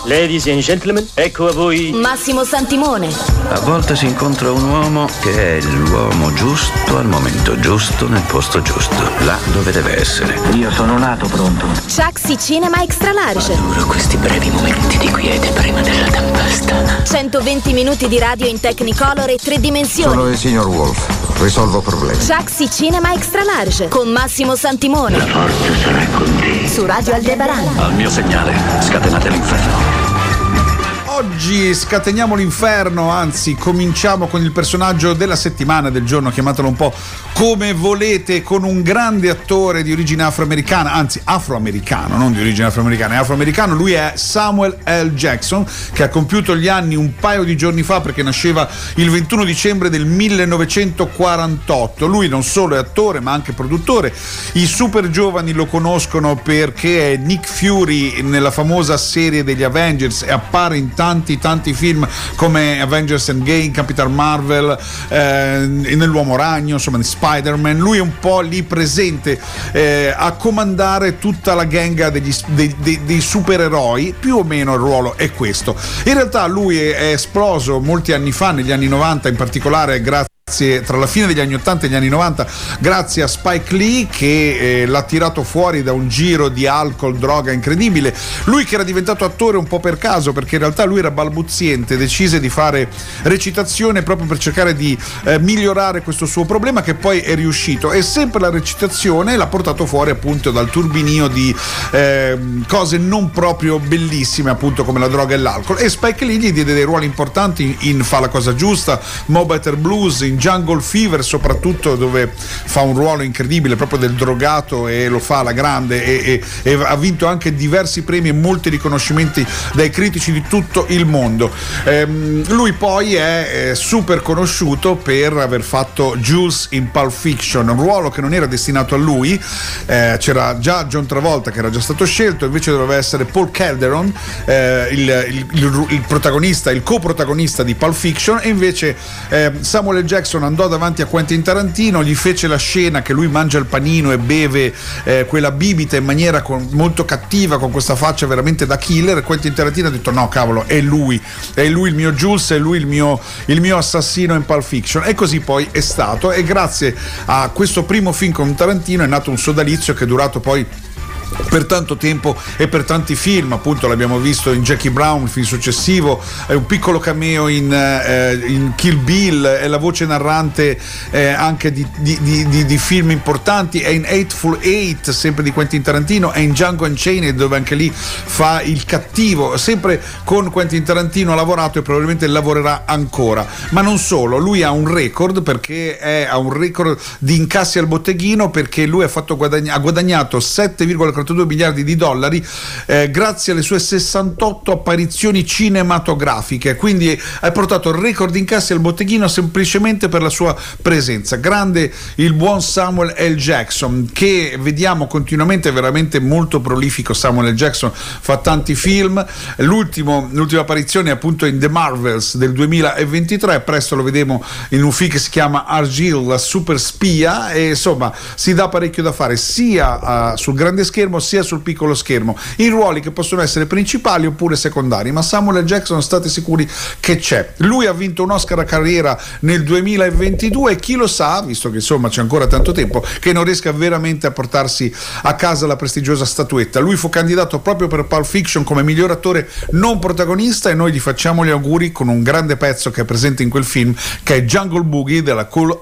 Ladies and gentlemen, ecco a voi Massimo Santimone. A volte si incontra un uomo che è l'uomo giusto al momento giusto nel posto giusto, là dove deve essere. Io sono nato pronto. Chucksy Cinema Extra Large. Adoro questi brevi momenti di quiete prima della tempesta. 120 minuti di radio in Technicolor e 3 dimensioni. Sono il signor Wolf, risolvo problemi. Chucksy Cinema Extra Large con Massimo Santimone. La forza sarà con te. Su Radio Aldebaran. Al mio segnale, scatenate l'inferno. Oggi scateniamo l'inferno, anzi cominciamo con il personaggio della settimana, del giorno, chiamatelo un po' come volete, con un grande attore di origine afroamericana, anzi afroamericano, non di origine afroamericana, è afroamericano. Lui è Samuel L. Jackson, che ha compiuto gli anni un paio di giorni fa, perché nasceva il 21 dicembre del 1948. Lui non solo è attore ma anche produttore. I super giovani lo conoscono perché è Nick Fury nella famosa serie degli Avengers e appare in tanti film come Avengers Endgame, Capitan Marvel, nell'Uomo Ragno, insomma di Spider-Man. Lui è un po' lì presente a comandare tutta la gang dei supereroi. Più o meno il ruolo è questo. In realtà lui è esploso molti anni fa, negli anni 90 in particolare, grazie tra la fine degli anni 80 e gli anni 90, grazie a Spike Lee, che l'ha tirato fuori da un giro di alcol, droga incredibile. Lui che era diventato attore un po' per caso, perché in realtà lui era balbuziente, decise di fare recitazione proprio per cercare di migliorare questo suo problema, che poi è riuscito, e sempre la recitazione l'ha portato fuori appunto dal turbinio di cose non proprio bellissime, appunto come la droga e l'alcol, e Spike Lee gli diede dei ruoli importanti in Fa la cosa giusta, Mo Better Blues, in Jungle Fever soprattutto, dove fa un ruolo incredibile proprio del drogato e lo fa alla grande, e ha vinto anche diversi premi e molti riconoscimenti dai critici di tutto il mondo. Lui poi è super conosciuto per aver fatto Jules in Pulp Fiction, un ruolo che non era destinato a lui. C'era già John Travolta che era già stato scelto, invece doveva essere Paul Calderon, il protagonista, il coprotagonista di Pulp Fiction, e invece Samuel L. Jackson andò davanti a Quentin Tarantino, gli fece la scena che lui mangia il panino e beve quella bibita in maniera molto cattiva, con questa faccia veramente da killer. Quentin Tarantino ha detto no cavolo, è lui il mio Jules, è lui il mio assassino in Pulp Fiction, e così poi è stato. E grazie a questo primo film con Tarantino è nato un sodalizio che è durato poi per tanto tempo e per tanti film. Appunto l'abbiamo visto in Jackie Brown, il film successivo, è un piccolo cameo in Kill Bill, è la voce narrante anche di film importanti, è in Hateful Eight sempre di Quentin Tarantino, è in Django Unchained dove anche lì fa il cattivo. Sempre con Quentin Tarantino ha lavorato e probabilmente lavorerà ancora, ma non solo. Lui ha un record, perché ha un record di incassi al botteghino, perché lui ha guadagnato 7,42 miliardi di dollari grazie alle sue 68 apparizioni cinematografiche. Quindi ha portato il record di incassi al botteghino semplicemente per la sua presenza. Grande il buon Samuel L. Jackson, che vediamo continuamente, veramente molto prolifico. Samuel L. Jackson fa tanti film, l'ultima apparizione è appunto in The Marvels del 2023, presto lo vedremo in un film che si chiama Argylle, la super spia, e insomma si dà parecchio da fare sia sul grande schermo sia sul piccolo schermo, in ruoli che possono essere principali oppure secondari, ma Samuel L. Jackson state sicuri che c'è. Lui ha vinto un Oscar a carriera nel 2022 e chi lo sa, visto che insomma c'è ancora tanto tempo, che non riesca veramente a portarsi a casa la prestigiosa statuetta. Lui fu candidato proprio per Pulp Fiction come miglior attore non protagonista, e noi gli facciamo gli auguri con un grande pezzo che è presente in quel film, che è Jungle Boogie della Cool